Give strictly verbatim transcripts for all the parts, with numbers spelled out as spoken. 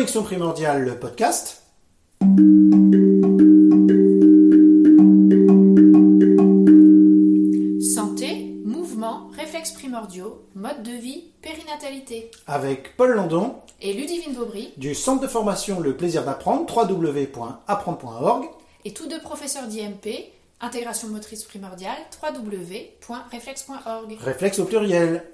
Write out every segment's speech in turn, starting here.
Connexion Primordiale, le podcast. Santé, mouvement, réflexes primordiaux, mode de vie, périnatalité. Avec Paul Landon Et Ludivine Vaubry. Du centre de formation Le Plaisir d'apprendre, w w w point apprendre point org. Et tous deux professeurs d'I M P, intégration motrice primordiale, w w w point réflexe point org. Réflexe au pluriel.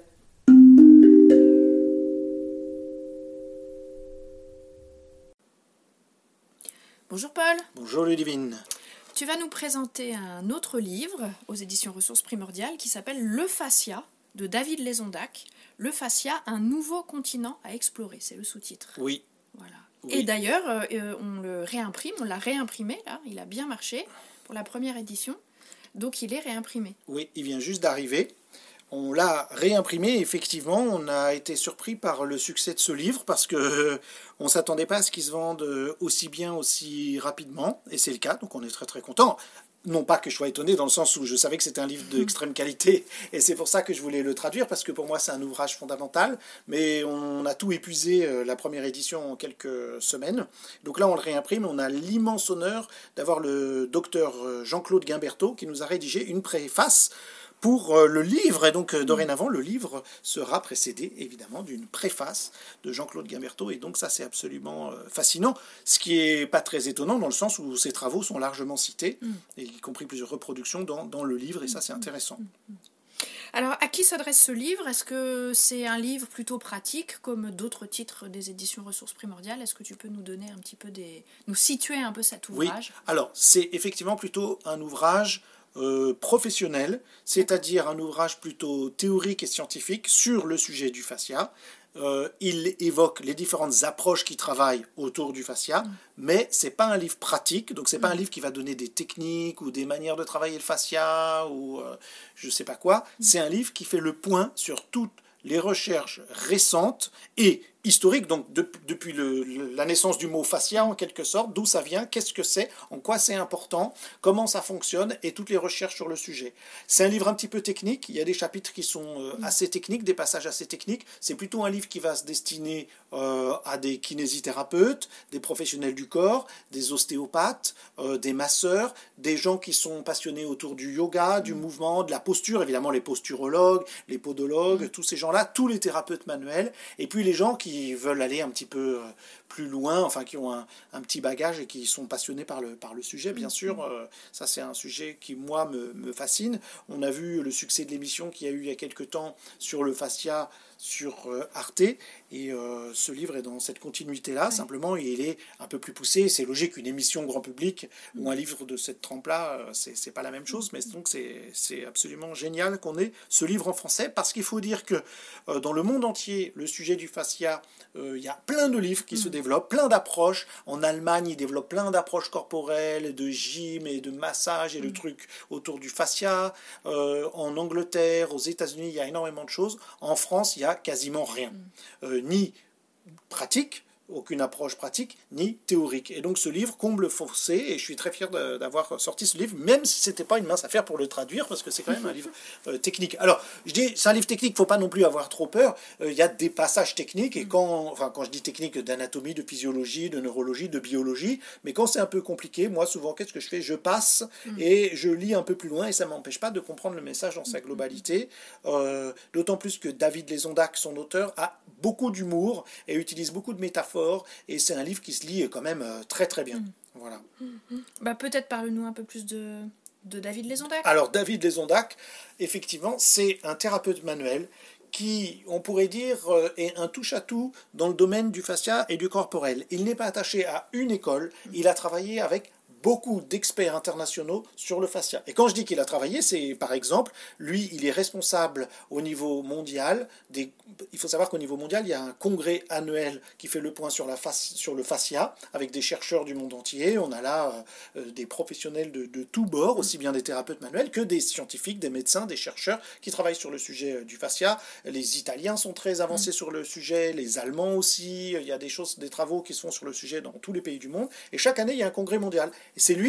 Bonjour Paul. Bonjour Ludivine. Tu vas nous présenter un autre livre aux éditions Ressources Primordiales qui s'appelle Le Fascia de David Lesondac. Le Fascia, un nouveau continent à explorer, c'est le sous-titre. Oui. Voilà. Oui. Et d'ailleurs, euh, on le réimprime, on l'a réimprimé là, il a bien marché pour la première édition, donc il est réimprimé. Oui, il vient juste d'arriver. On l'a réimprimé, effectivement, on a été surpris par le succès de ce livre parce que euh, on ne s'attendait pas à ce qu'il se vende aussi bien, aussi rapidement, et c'est le cas, donc on est très très content. Non pas que je sois étonné dans le sens où je savais que c'était un livre d'extrême qualité et c'est pour ça que je voulais le traduire parce que pour moi c'est un ouvrage fondamental, mais on a tout épuisé euh, la première édition en quelques semaines. Donc là on le réimprime, on a l'immense honneur d'avoir le docteur Jean-Claude Guimberteau qui nous a rédigé une préface pour le livre, et donc dorénavant le livre sera précédé évidemment d'une préface de Jean-Claude Guimberteau, et donc ça c'est absolument fascinant, ce qui est pas très étonnant dans le sens où ses travaux sont largement cités, mm. et y compris plusieurs reproductions dans, dans le livre, et ça c'est intéressant. Alors, à qui s'adresse ce livre ? Est-ce que c'est un livre plutôt pratique, comme d'autres titres des éditions Ressources Primordiales ? Est-ce que tu peux nous donner un petit peu des... nous situer un peu cet ouvrage ? Oui, alors c'est effectivement plutôt un ouvrage Euh, professionnel, c'est-à-dire un ouvrage plutôt théorique et scientifique sur le sujet du fascia. Euh, il évoque les différentes approches qui travaillent autour du fascia, mmh. mais c'est pas un livre pratique, donc c'est pas mmh. un livre qui va donner des techniques ou des manières de travailler le fascia ou euh, je sais pas quoi. Mmh. C'est un livre qui fait le point sur toutes les recherches récentes et historiques, donc de, depuis le, le, la naissance du mot fascia en quelque sorte, d'où ça vient, qu'est-ce que c'est, en quoi c'est important, comment ça fonctionne et toutes les recherches sur le sujet. C'est un livre un petit peu technique, il y a des chapitres qui sont euh, assez techniques, des passages assez techniques, c'est plutôt un livre qui va se destiner euh, à des kinésithérapeutes, des professionnels du corps, des ostéopathes, euh, des masseurs, des gens qui sont passionnés autour du yoga, du mouvement, de la posture, évidemment les posturologues, les podologues, mmh. tous ces gens-là, tous les thérapeutes manuels, et puis les gens qui qui veulent aller un petit peu plus loin, enfin qui ont un, un petit bagage et qui sont passionnés par le, par le sujet, bien sûr. Euh, ça, c'est un sujet qui, moi, me, me fascine. On a vu le succès de l'émission qu'il y a eu il y a quelques temps sur le fascia sur euh, Arte, et euh, ce livre est dans cette continuité-là, ouais. Simplement il est un peu plus poussé. C'est logique qu'une émission grand public mmh. ou un livre de cette trempe-là, euh, c'est, c'est pas la même chose, mais donc c'est, c'est absolument génial qu'on ait ce livre en français, parce qu'il faut dire que euh, dans le monde entier, le sujet du fascia, euh, il y a plein de livres qui mmh. se développent, plein d'approches. En Allemagne, ils développent plein d'approches corporelles, de gym et de massage et mmh. de trucs autour du fascia. Euh, en Angleterre, aux États-Unis, il y a énormément de choses. En France, il y a quasiment rien, euh, ni pratique, aucune approche pratique, ni théorique. Et donc ce livre comble le fossé, et je suis très fier de, d'avoir sorti ce livre, même si c'était pas une mince affaire pour le traduire, parce que c'est quand même un livre euh, technique. Alors, je dis, c'est un livre technique, faut pas non plus avoir trop peur. Il euh, y a des passages techniques, et quand, enfin, quand je dis technique, d'anatomie, de physiologie, de neurologie, de biologie, mais quand c'est un peu compliqué, moi, souvent, qu'est-ce que je fais ? Je passe, et je lis un peu plus loin, et ça m'empêche pas de comprendre le message dans sa globalité. Euh, d'autant plus que David Lesondac, son auteur, a beaucoup d'humour, et utilise beaucoup de métaphores, et c'est un livre qui se lit quand même très très bien. Mmh. Voilà. Mmh. Bah, peut-être parle-nous un peu plus de, de David Lesondac. Alors David Lesondac, effectivement, c'est un thérapeute manuel qui, on pourrait dire, est un touche-à-tout dans le domaine du fascia et du corporel. Il n'est pas attaché à une école, il a travaillé avec beaucoup d'experts internationaux sur le fascia. Et quand je dis qu'il a travaillé, c'est par exemple, lui, il est responsable au niveau mondial. Des, il faut savoir qu'au niveau mondial, il y a un congrès annuel qui fait le point sur, la face, sur le fascia, avec des chercheurs du monde entier. On a là euh, des professionnels de, de tous bords, aussi bien des thérapeutes manuels que des scientifiques, des médecins, des chercheurs qui travaillent sur le sujet du fascia. Les Italiens sont très avancés mmh. sur le sujet, les Allemands aussi. Il y a des choses, des travaux qui se font sur le sujet dans tous les pays du monde. Et chaque année, il y a un congrès mondial. Et c'est lui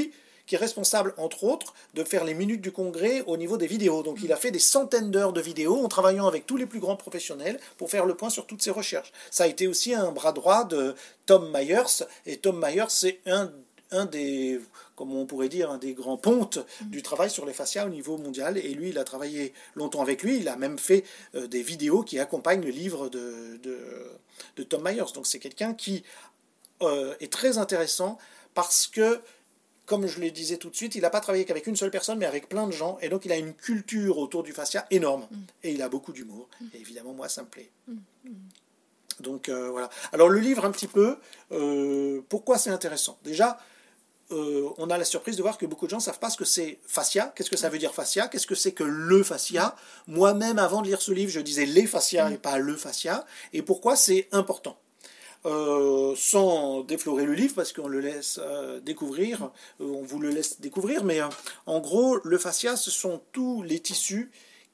qui est responsable, entre autres, de faire les minutes du congrès au niveau des vidéos. Donc il a fait des centaines d'heures de vidéos en travaillant avec tous les plus grands professionnels pour faire le point sur toutes ces recherches. Ça a été aussi un bras droit de Tom Myers, et Tom Myers, c'est un un des, comme on pourrait dire, un des grands pontes du travail sur les fascias au niveau mondial. Et lui, il a travaillé longtemps avec lui. Il a même fait euh, des vidéos qui accompagnent le livre de, de, de Tom Myers. Donc c'est quelqu'un qui euh, est très intéressant parce que, comme je le disais tout de suite, il n'a pas travaillé qu'avec une seule personne, mais avec plein de gens. Et donc il a une culture autour du fascia énorme. Mm. Et il a beaucoup d'humour. Mm. Et évidemment, moi, ça me plaît. Mm. Donc euh, voilà. Alors le livre, un petit peu, euh, pourquoi c'est intéressant ? Déjà, Euh, on a la surprise de voir que beaucoup de gens ne savent pas ce que c'est fascia. Qu'est-ce que ça veut dire fascia ? Qu'est-ce que c'est que le fascia ? Moi-même, avant de lire ce livre, je disais les fascias et pas le fascia. Et pourquoi c'est important ? Euh, sans déflorer le livre, parce qu'on le laisse euh, découvrir, euh, on vous le laisse découvrir, mais euh, en gros, le fascia, ce sont tous les tissus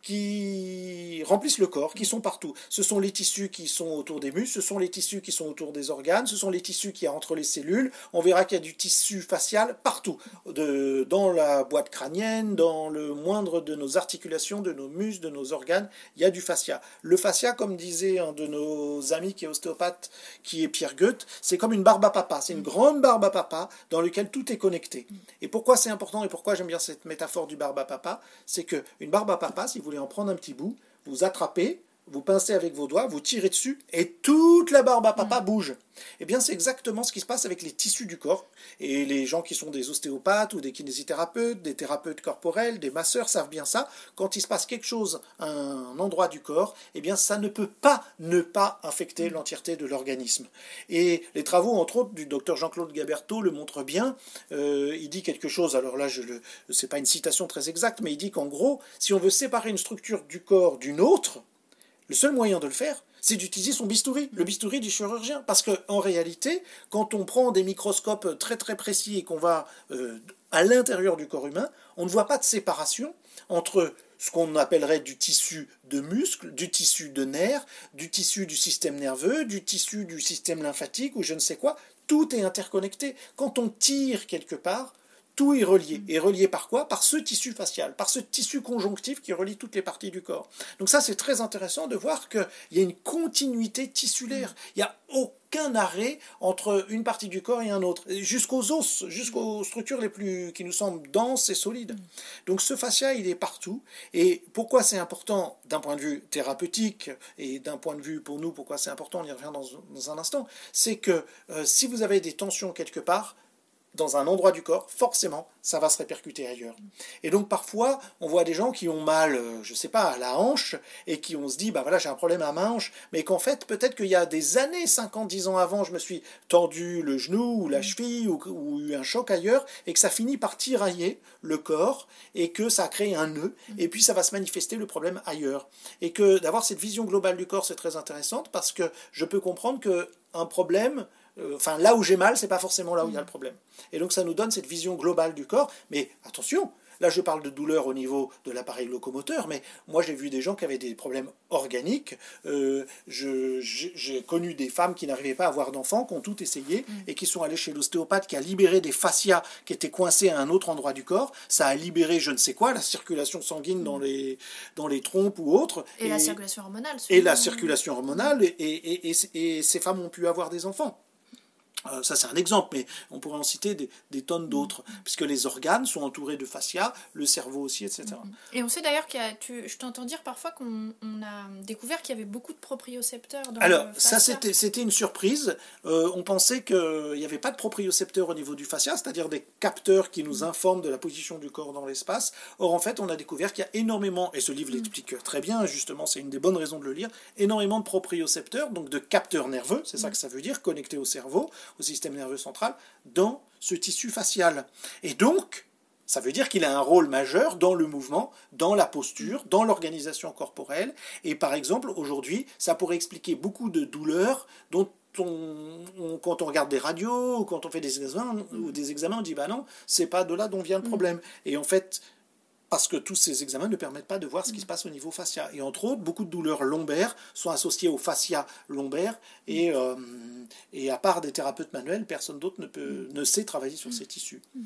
qui remplissent le corps, qui sont partout. Ce sont les tissus qui sont autour des muscles, ce sont les tissus qui sont autour des organes, ce sont les tissus qui y a entre les cellules. On verra qu'il y a du tissu facial partout, de, dans la boîte crânienne, dans le moindre de nos articulations, de nos muscles, de nos organes, il y a du fascia. Le fascia, comme disait un de nos amis qui est ostéopathe, qui est Pierre Goethe, c'est comme une barbe à papa, c'est une grande barbe à papa dans laquelle tout est connecté. Et pourquoi c'est important et pourquoi j'aime bien cette métaphore du barbe à papa, c'est qu'une barbe à papa, si vous voulez en prendre un petit bout, vous attrapez, vous pincez avec vos doigts, vous tirez dessus, et toute la barbe à papa bouge. Eh bien, c'est exactement ce qui se passe avec les tissus du corps. Et les gens qui sont des ostéopathes ou des kinésithérapeutes, des thérapeutes corporels, des masseurs savent bien ça. Quand il se passe quelque chose à un endroit du corps, eh bien, ça ne peut pas ne pas infecter l'entièreté de l'organisme. Et les travaux, entre autres, du docteur Jean-Claude Gaberteau le montrent bien. Euh, il dit quelque chose, alors là, je le, c'est pas une citation très exacte, mais il dit qu'en gros, si on veut séparer une structure du corps d'une autre, le seul moyen de le faire, c'est d'utiliser son bistouri, le bistouri du chirurgien. Parce qu'en réalité, quand on prend des microscopes très très précis et qu'on va euh, à l'intérieur du corps humain, on ne voit pas de séparation entre ce qu'on appellerait du tissu de muscle, du tissu de nerfs, du tissu du système nerveux, du tissu du système lymphatique ou je ne sais quoi. Tout est interconnecté. Quand on tire quelque part, tout est relié. Et relié par quoi ? Par ce tissu facial, par ce tissu conjonctif qui relie toutes les parties du corps. Donc ça, c'est très intéressant de voir qu'il y a une continuité tissulaire. Il n'y a aucun arrêt entre une partie du corps et un autre, jusqu'aux os, jusqu'aux structures les plus, qui nous semblent denses et solides. Donc ce fascia, il est partout. Et pourquoi c'est important d'un point de vue thérapeutique et d'un point de vue pour nous, pourquoi c'est important, on y revient dans, dans un instant, c'est que euh, si vous avez des tensions quelque part, dans un endroit du corps, forcément, ça va se répercuter ailleurs. Et donc parfois, on voit des gens qui ont mal, je sais pas, à la hanche, et qui on se dit, bah voilà, j'ai un problème à ma hanche, mais qu'en fait, peut-être qu'il y a des années, cinq ans, dix ans avant, je me suis tordu le genou, ou la cheville, ou, ou eu un choc ailleurs, et que ça finit par tirailler le corps, et que ça crée un nœud, et puis ça va se manifester le problème ailleurs. Et que d'avoir cette vision globale du corps, c'est très intéressant, parce que je peux comprendre qu'un problème, enfin, là où j'ai mal, c'est pas forcément là où il y a le problème. Et donc ça nous donne cette vision globale du corps. Mais attention, là je parle de douleur au niveau de l'appareil locomoteur, mais moi j'ai vu des gens qui avaient des problèmes organiques. Euh, je, j'ai, j'ai connu des femmes qui n'arrivaient pas à avoir d'enfants, qui ont tout essayé et qui sont allées chez l'ostéopathe qui a libéré des fascias qui étaient coincés à un autre endroit du corps. Ça a libéré je ne sais quoi, la circulation sanguine dans les, dans les trompes ou autres. Et, et la circulation hormonale. Et la circulation hormonale, et, et, et, et, et ces femmes ont pu avoir des enfants. Euh, ça c'est un exemple, mais on pourrait en citer des, des tonnes d'autres, mmh. puisque les organes sont entourés de fascia, le cerveau aussi, et cetera. Et on sait d'ailleurs qu'il y a, tu, je t'entends dire parfois qu'on on a découvert qu'il y avait beaucoup de propriocepteurs dans Alors, le fascia. ça c'était, c'était une surprise. Euh, on pensait qu'il n'y avait pas de propriocepteurs au niveau du fascia, c'est-à-dire des capteurs qui nous informent de la position du corps dans l'espace. Or, en fait, on a découvert qu'il y a énormément, et ce livre l'explique mmh. très bien, justement, c'est une des bonnes raisons de le lire, énormément de propriocepteurs, donc de capteurs nerveux, c'est mmh. ça que ça veut dire, connectés au cerveau, au système nerveux central, dans ce tissu facial. Et donc, ça veut dire qu'il a un rôle majeur dans le mouvement, dans la posture, dans l'organisation corporelle. Et par exemple, aujourd'hui, ça pourrait expliquer beaucoup de douleurs dont on, on, quand on regarde des radios, ou quand on fait des examens, ou des examens, on dit, bah non, c'est pas de là dont vient le problème. Et en fait, parce que tous ces examens ne permettent pas de voir ce qui se passe au niveau fascia. Et entre autres, beaucoup de douleurs lombaires sont associées au fascia lombaire, et, euh, et à part des thérapeutes manuels, personne d'autre ne, peut, ne sait travailler sur ces tissus.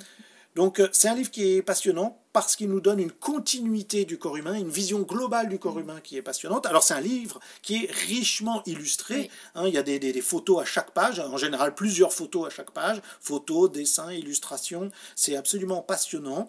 Donc c'est un livre qui est passionnant parce qu'il nous donne une continuité du corps humain, une vision globale du corps humain qui est passionnante. Alors c'est un livre qui est richement illustré, oui. hein, il y a des, des, des photos à chaque page, en général plusieurs photos à chaque page, photos, dessins, illustrations, c'est absolument passionnant.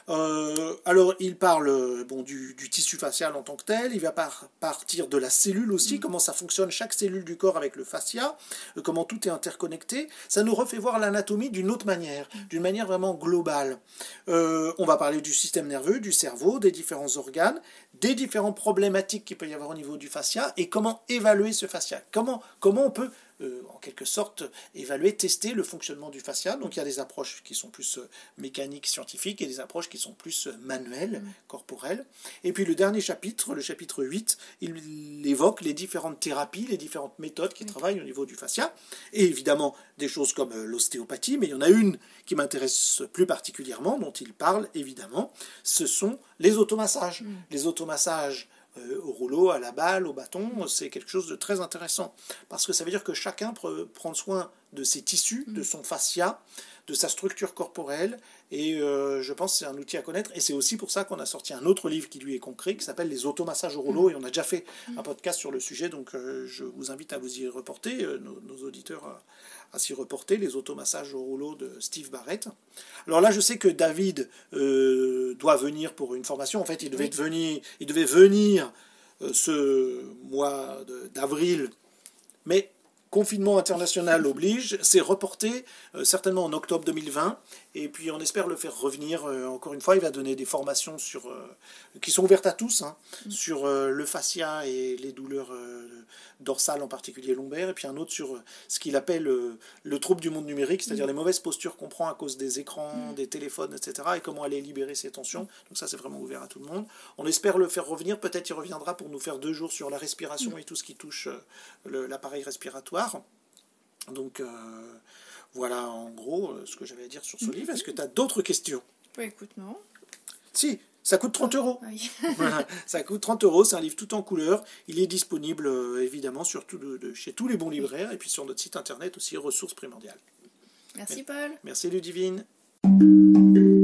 Euh, alors il parle bon, du, du tissu facial en tant que tel, il va par, partir de la cellule aussi, mmh. comment ça fonctionne chaque cellule du corps avec le fascia, euh, comment tout est interconnecté. Ça nous refait voir l'anatomie d'une autre manière, mmh. d'une manière vraiment globale. Euh, on va parler du système nerveux, du cerveau, des différents organes, des différentes problématiques qu'il peut y avoir au niveau du fascia et comment évaluer ce fascia. Comment, comment on peut, euh, en quelque sorte, évaluer, tester le fonctionnement du fascia. Donc il y a des approches qui sont plus euh, mécaniques, scientifiques et des approches qui sont plus euh, manuelles, mmh. corporelles. Et puis le dernier chapitre, le chapitre huit, il, il évoque les différentes thérapies, les différentes méthodes qui mmh. travaillent au niveau du fascia. Et évidemment, des choses comme euh, l'ostéopathie, mais il y en a une qui m'intéresse plus particulièrement, dont il parle évidemment, ce sont les automassages. Mmh. Les automassages euh, au rouleau, à la balle, au bâton, c'est quelque chose de très intéressant. Parce que ça veut dire que chacun pre- prend soin de ses tissus, mmh. de son fascia, de sa structure corporelle, et euh, je pense que c'est un outil à connaître, et c'est aussi pour ça qu'on a sorti un autre livre qui lui est concret, qui s'appelle Les automassages au rouleau, mmh. et on a déjà fait mmh. un podcast sur le sujet, donc euh, je vous invite à vous y reporter, euh, nos, nos auditeurs à, à s'y reporter, Les automassages au rouleau de Steve Barrett. Alors là, je sais que David euh, doit venir pour une formation, en fait, il devait, oui. venir, il devait venir euh, ce mois de, d'avril, mais confinement international oblige, c'est reporté euh, certainement en octobre deux mille vingt, et puis on espère le faire revenir euh, encore une fois. Il va donner des formations sur, euh, qui sont ouvertes à tous, hein, mmh. sur euh, le fascia et les douleurs euh, dorsales, en particulier lombaires, et puis un autre sur euh, ce qu'il appelle euh, le trouble du monde numérique, c'est-à-dire mmh. les mauvaises postures qu'on prend à cause des écrans, mmh. des téléphones, et cetera, et comment aller libérer ces tensions. Donc ça, c'est vraiment ouvert à tout le monde. On espère le faire revenir, peut-être il reviendra pour nous faire deux jours sur la respiration mmh. et tout ce qui touche euh, le, l'appareil respiratoire. Donc euh, voilà en gros euh, ce que j'avais à dire sur ce mmh. livre. Est-ce que tu as d'autres questions ? Bah, écoute, non. Si, ça coûte trente euros. Oui. Voilà, ça coûte trente euros, c'est un livre tout en couleur. Il est disponible euh, évidemment sur tout de, de, chez tous les bons libraires et puis sur notre site internet aussi, Ressources Primordiales. Merci Paul. Merci Ludivine.